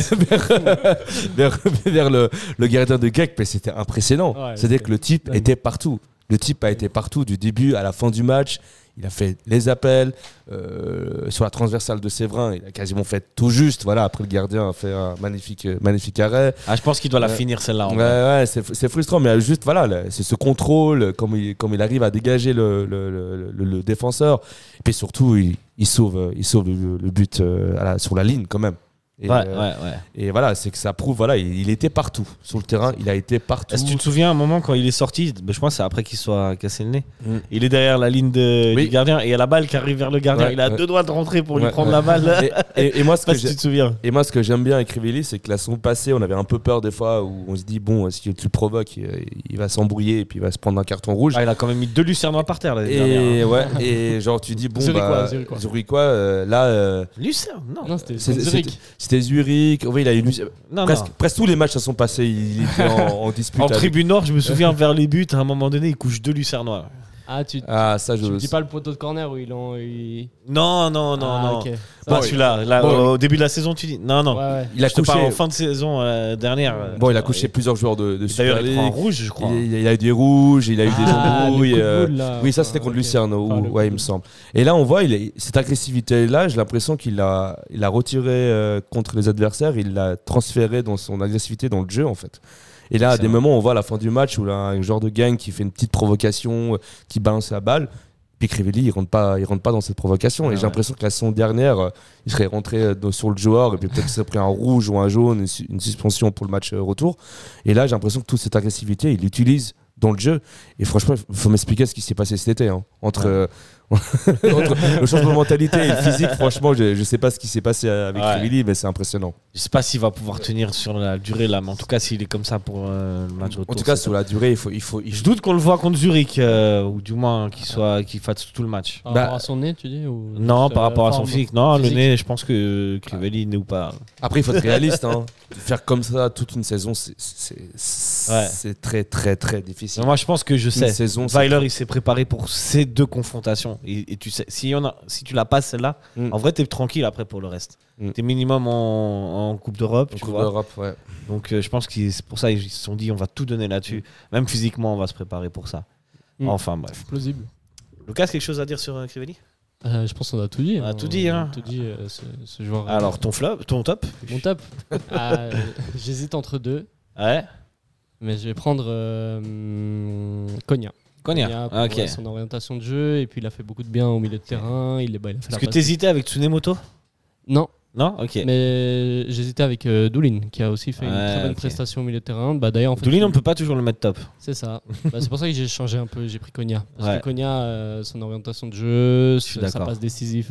vers le gardien de Genk, mais c'était impressionnant. Ouais, c'est-à-dire que le type était partout. Le type a été partout du début à la fin du match. Il a fait les appels sur la transversale de Séverin. Il a quasiment fait tout juste. Voilà, après, le gardien a fait un magnifique arrêt. Je pense qu'il doit la finir celle-là. Ouais, c'est frustrant, mais juste voilà, c'est ce contrôle, comme il arrive à dégager le défenseur. Et puis surtout, il sauve le but sur la ligne quand même. Et voilà, c'est que ça prouve, voilà, il était partout sur le terrain, il a été partout. Est-ce que tu te souviens un moment quand il est sorti, je pense que c'est après qu'il soit cassé le nez, il est derrière la ligne du gardien et il y a la balle qui arrive vers le gardien, il a deux doigts de rentrer pour lui prendre la balle. Et moi, si tu te souviens. Et moi, ce que j'aime bien avec Krivili, c'est que la saison passée, on avait un peu peur des fois où on se dit, bon, si tu le provoques, il va s'embrouiller et puis il va se prendre un carton rouge. Il a quand même mis 2 lucernois par terre l'année dernière. Et genre, tu dis, bon, Zurichois, là. Lucerne, non, c'était Zurich. C'était Zurich. Oui, il a eu presque tous les matchs se sont passés. Il était en dispute. En tribune nord, je me souviens vers les buts, à un moment donné, il couche 2 lucernois. Tu me dis pas le poteau de corner où Non. Okay. Celui-là, au début de la saison, tu dis non. Ouais. Il a couché en fin de saison dernière. Il a couché plusieurs joueurs de Super League. Il prend un rouge, je crois. Il a eu des rouges, il a eu des embrouilles. Oui, ça c'était contre Lucerne, il me semble. Et là, on voit cette agressivité-là. J'ai l'impression qu'il l'a retiré contre les adversaires. Il l'a transféré dans son agressivité dans le jeu, en fait. Et là, à des moments, on voit à la fin du match où là, un joueur de Genk qui fait une petite provocation, qui balance la balle. Puis Krivili, il rentre pas dans cette provocation. Et j'ai l'impression que la saison dernière, il serait rentré sur le joueur et puis peut-être qu'il serait pris un rouge ou un jaune, une suspension pour le match retour. Et là, j'ai l'impression que toute cette agressivité, il l'utilise dans le jeu. Et franchement, il faut m'expliquer ce qui s'est passé cet été. Entre le changement de mentalité et le physique, franchement, je sais pas ce qui s'est passé avec Krivili, mais c'est impressionnant. Je sais pas s'il va pouvoir tenir sur la durée là, mais en tout cas, s'il est comme ça pour le match retour. En tout cas, sur la durée, il faut. Je doute qu'on le voit contre Zurich, ou du moins qu'il fasse tout le match. Par rapport à son nez, tu dis Non, par rapport à son physique. Non, le nez, je pense que Krivili n'est ou pas. Après, il faut être réaliste. Faire comme ça toute une saison, c'est très, très, très difficile. Non, moi, je pense que je sais. Weiler, il s'est préparé pour ces 2 confrontations. Et tu sais, si tu la passes celle-là, en vrai, t'es tranquille après pour le reste. T'es minimum en Coupe d'Europe. Coupe d'Europe, ouais. Donc, je pense que c'est pour ça qu'ils se sont dit, on va tout donner là-dessus. Même physiquement, on va se préparer pour ça. Enfin, bref. Plausible. Lucas, quelque chose à dire sur Krivili ? Je pense qu'on a tout dit. On a tout dit, hein. Tout dit, ce joueur. Alors, ton top ? Mon top. J'hésite entre 2. Ouais. Mais je vais prendre Konya. Okay. Son orientation de jeu, et puis il a fait beaucoup de bien au milieu de terrain. Il a fait Est-ce que tu hésitais avec Tsunemoto ? Non, ok. Mais j'hésitais avec Doulin, qui a aussi fait une très bonne prestation au milieu de terrain. D'ailleurs, en fait, Doulin, on ne peut pas toujours le mettre top. C'est ça. C'est pour ça que j'ai changé un peu. J'ai pris Konya. Parce que Konya, son orientation de jeu, sa passe décisive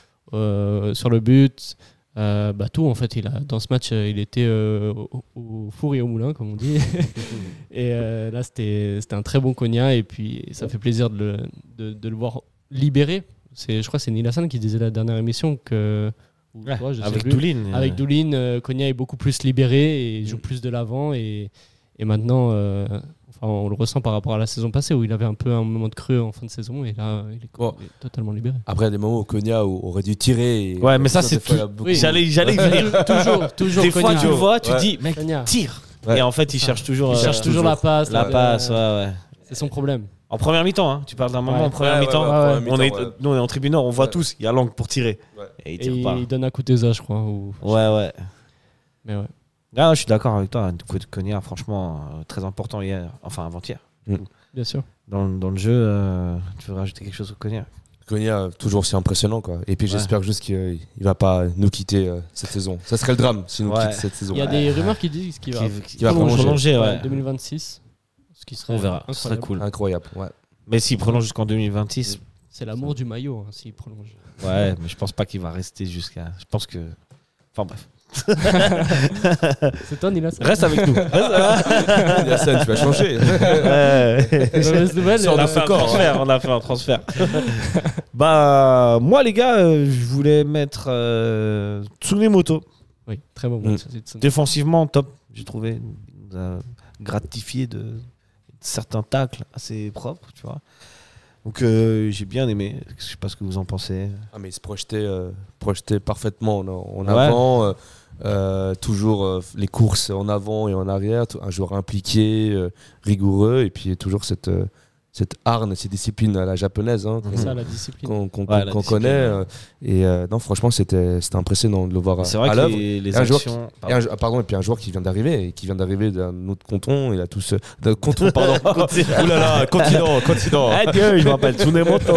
sur le but. Tout en fait, dans ce match il était au four et au moulin comme on dit. Et là c'était un très bon Konya, et puis ça fait plaisir de le voir libéré. Je crois que c'est Nilassan qui disait la dernière émission que avec Doulin. Avec Doulin, Konya est beaucoup plus libéré et joue plus de l'avant, et maintenant on le ressent par rapport à la saison passée où il avait un peu un moment de creux en fin de saison, et là il est totalement libéré. Après, il y a des moments où Konya aurait dû tirer. Mais ça c'est tout. J'allais y venir. Toujours. Des Konya. fois tu le vois, tu dis mec, tire. Et en fait, il cherche toujours. Il cherche toujours la passe. La passe, ouais. C'est son problème. En première mi-temps, hein. Tu parles d'un moment en première mi-temps. Nous, on est en tribuneur, on voit tous. Il y a l'angle pour tirer. Et il tire pas. Il donne un coup de je crois. Ouais. Mais ouais. Ah, je suis d'accord avec toi. Du coup, Konya, franchement, très important hier. Enfin, avant-hier. Bien sûr. Dans le jeu, tu veux rajouter quelque chose au Konya? Konya, toujours aussi impressionnant, quoi. Et puis j'espère juste qu'il va pas nous quitter cette saison. Ça serait le drame s'il nous quitte cette saison. Il y a des rumeurs qui disent qu'il va prolonger, ouais. 2026. Ce qui serait on verra. Ce serait cool. Incroyable, ouais. Mais s'il prolonge jusqu'en 2026. C'est l'amour du maillot, hein, s'il prolonge. Ouais, mais je pense pas qu'il va rester jusqu'à. Je pense que. Enfin bref. C'est toi, Nilas. Reste avec nous. Yassine, tu vas changer. On a fait un transfert. Bah, moi, les gars, je voulais mettre Tsunemoto. Oui, très bon. Défensivement, top, j'ai trouvé. Il nous a gratifié de certains tacles assez propres, tu vois. Donc j'ai bien aimé. Je sais pas ce que vous en pensez. Ah, mais il se projetait parfaitement en avant. Toujours les courses en avant et en arrière. Un joueur impliqué, rigoureux, et puis toujours cette hargne, cette discipline à la japonaise, hein, c'est ça, la discipline qu'on connaît. Non, franchement, c'était impressionnant de le voir c'est vrai à que l'œuvre. les actions. et puis un joueur qui vient d'arriver d'un autre canton. Il a tous d'un canton, pardon. Oulala, continent. Adieu, je m'appelle Tsunemoto.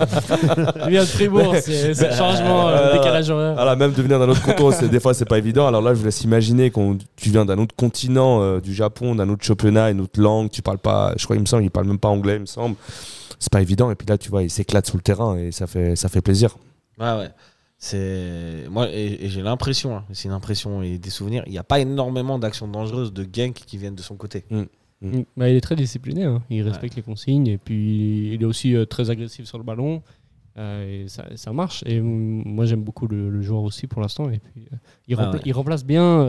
Il vient de Fribourg, c'est le changement, le décalage horaire. Alors même de venir d'un autre canton, des fois c'est pas évident. Alors là, je vous laisse imaginer quand tu viens d'un autre continent, du Japon, d'un autre championnat, une autre langue. Tu parles pas. Je crois, il me semble, il parle même pas anglais. Il me semble, c'est pas évident. Et puis là, tu vois, il s'éclate sur le terrain et ça fait plaisir. Ouais. C'est moi et j'ai l'impression, hein, c'est une impression et des souvenirs. Il n'y a pas énormément d'actions dangereuses de Genk qui viennent de son côté. Bah, il est très discipliné. Hein. Il respecte les consignes et puis il est aussi très agressif sur le ballon. Et ça marche. Et moi, j'aime beaucoup le joueur aussi pour l'instant. Et puis il remplace bien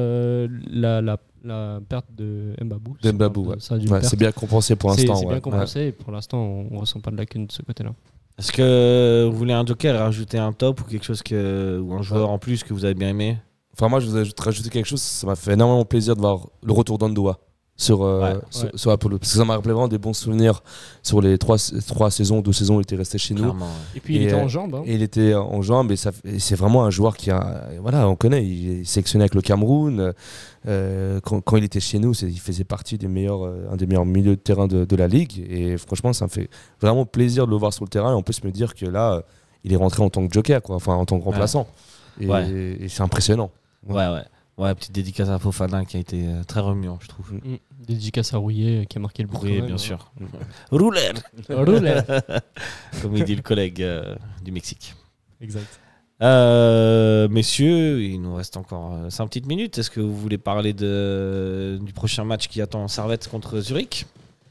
la perte de Mbabou. C'est bien compensé pour l'instant. C'est bien compensé et pour l'instant, on ne ressent pas de lacune de ce côté-là. Est-ce que vous voulez un joker et rajouter un top ou quelque chose ou un joueur en plus que vous avez bien aimé? Enfin, moi, je vous ai rajouté quelque chose. Ça m'a fait énormément plaisir de voir le retour d'Andoua sur Apollo. Parce que ça m'a rappelé vraiment des bons souvenirs sur les 2 saisons où il était resté chez nous. Et puis il était en jambes. Hein. Et il était en jambes et c'est vraiment un joueur qui a. Voilà, on connaît. Il est sélectionné avec le Cameroun. Quand il était chez nous, il faisait partie un des meilleurs milieux de terrain de la ligue. Et franchement, ça me fait vraiment plaisir de le voir sur le terrain. Et on peut se me dire que là, il est rentré en tant que joker, quoi. Enfin, en tant que remplaçant. Et c'est impressionnant. Ouais, petite dédicace à Fofana qui a été très remuant, je trouve. Dédicace à Rouillet qui a marqué le but. Rouillet, bien sûr. Rouleur comme il dit le collègue du Mexique. Exact. Messieurs, il nous reste encore 5 petites minutes. Est-ce que vous voulez parler du prochain match qui attend Servette contre Zurich?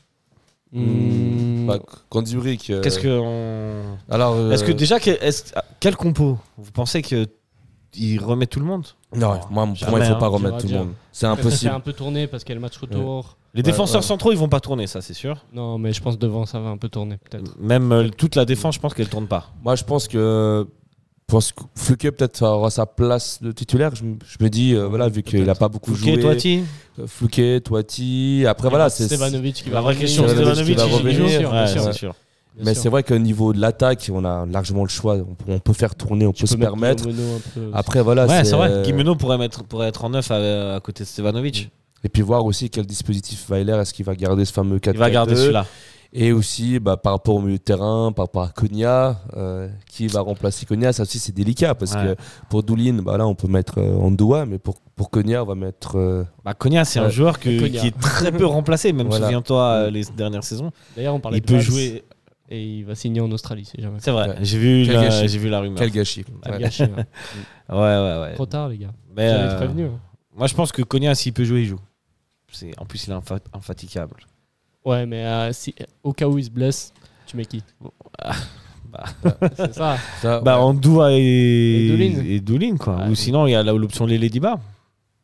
Contre Zurich. Qu'est-ce que est-ce que déjà quel compo? Vous pensez que il remet tout le monde? Non, pour moi, il ne faut pas remettre tout le monde. C'est impossible. C'est un peu tourné parce qu'il y a le match retour. Les défenseurs centraux, ils vont pas tourner, ça c'est sûr. Non, mais je pense devant, ça va un peu tourner peut-être. Même toute la défense, je pense qu'elle tourne pas. Moi, je pense que Fluke peut-être aura sa place de titulaire. Je me dis, voilà, vu qu'il n'a pas beaucoup joué. Fluke, Toiti. Après, voilà. C'est Stevanovic qui va la vraie question. Stevanovic va revenir. C'est sûr. Mais c'est vrai qu'au niveau de l'attaque, on a largement le choix. On peut faire tourner, on peut se permettre. Après, voilà. Ouais, c'est vrai. Guimeno pourrait être en neuf à côté de Stevanovic. Et puis voir aussi quel dispositif Weiler, est-ce qu'il va garder ce fameux 4-4-2. Il va garder celui-là. Et aussi, par rapport au milieu de terrain, par rapport à Konya, qui va remplacer Konya, ça aussi c'est délicat parce que pour Doulin, là on peut mettre Andoua, mais pour Konya, on va mettre. Konya, c'est un joueur qui est très peu remplacé, même souviens-toi les dernières saisses. D'ailleurs, on parlait il peut jouer. Et il va signer en Australie, si jamais. C'est vrai, j'ai vu la rumeur. Quel gâchis. Ouais. Trop tard, les gars. J'avais prévenu. Moi, je pense que Konya, s'il peut jouer, il joue. En plus, il est infatigable. Ouais, mais au cas où il se blesse, tu mets qui? C'est ça. Andoua et Doulin, quoi. Ou sinon, il y a l'option Lele Diba.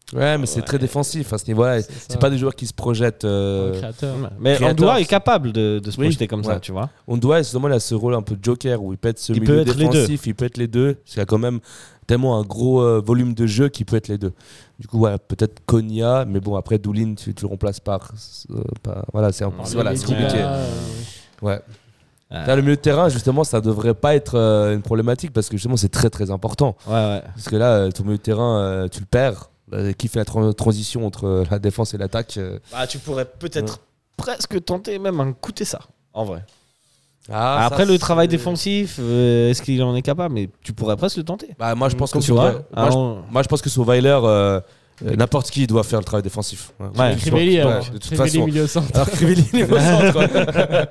Ouais, mais c'est très défensif à ce niveau-là. C'est pas des joueurs qui se projettent. Mais créateurs. Andoua est capable de se projeter comme ça, tu vois. Andoua, justement, il a ce rôle un peu de joker où il peut être ce milieu défensif, il peut être les deux. Parce qu'il y a quand même tellement un gros volume de jeu qu'il peut être les deux. Du coup, ouais, peut-être Konya, mais bon, après Doulin, tu le remplaces par. Voilà, c'est compliqué. Ouais. Là, le milieu de terrain, justement, ça devrait pas être une problématique parce que justement, c'est très très important. Ouais. Parce que là, ton milieu de terrain, tu le perds. Qui fait la transition entre la défense et l'attaque tu pourrais peut-être presque tenter même un coup de ça, en vrai. Après, le travail défensif, est-ce qu'il en est capable? Mais tu pourrais presque le tenter. Moi, je pense que moi, je pense que sur Weiler, n'importe qui doit faire le travail défensif. Crivelli, de toute façon. milieu centre. Alors Crivelli milieu centre.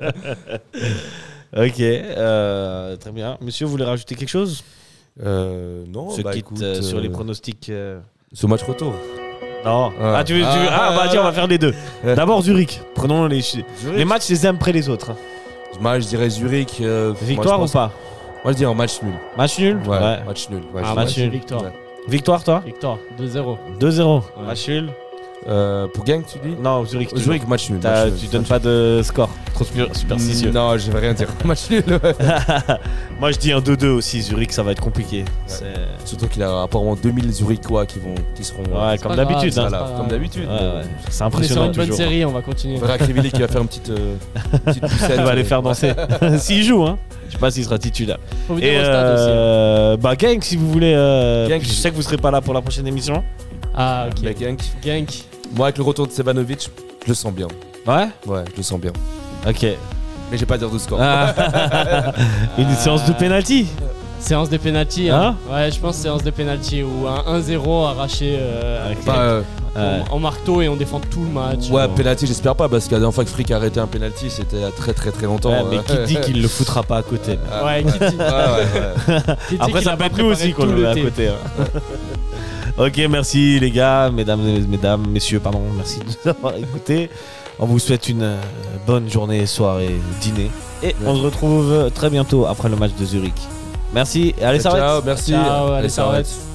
Ok, très bien. Monsieur, vous voulez rajouter quelque chose? Non. Se quitte écoute, sur les pronostics. Ce match retour. Non. Tiens, on va faire les deux. D'abord Zurich. Prenons les matchs les uns après les autres. Moi, je dirais Zurich. Victoire ou pas? Moi, je dirais un match nul. Match nul? Ouais. Match nul. Match nul. Victoire. Ouais. Victoire, toi? Victoire. 2-0. 2-0. Ouais. Match nul. Pour Genk, tu dis? Non, Zurich. Zurich, match nul. Tu donnes pas de score. Trop superstitieux. Non, je vais rien dire. Match nul. Moi, je dis un 2-2 aussi. Zurich, ça va être compliqué. Surtout qu'il a apparemment 2000 Zurichois qui seront. Ouais, comme d'habitude. Comme d'habitude. C'est On est impressionnant. sur une bonne toujours. série, on va continuer. On verra Crivelli qui va faire une petite poussette. Elle va les faire danser. S'il joue, hein. Je sais pas s'il sera titulaire. Faut venir au stade aussi. Genk, si vous voulez. Genk, je sais que vous serez pas là pour la prochaine émission. Ah, ok. Mais Genk. Moi, avec le retour de Sebanovic, je le sens bien. Ouais. Ouais, je le sens bien. Ok. Mais j'ai pas à dire de score. Une séance de penalty. Séance de penalty. Ouais, je pense séance de penalty ou un 1-0 arraché en marteau et on défend tout le match. Ouais, penalty, j'espère pas parce que la dernière fois que Frick a arrêté un penalty, c'était il y a très très très longtemps. Ouais, mais qui dit qu'il le foutra pas à côté? Ouais, qui dit. Après, ça peut être nous aussi qu'on le met à côté. Ok, merci les gars, mesdames, messieurs, pardon, merci de nous avoir écoutés. On vous souhaite une bonne journée, soirée, dîner. Et on se retrouve très bientôt après le match de Zurich. Merci et allez, ciao, merci. Ciao, allez, Servette.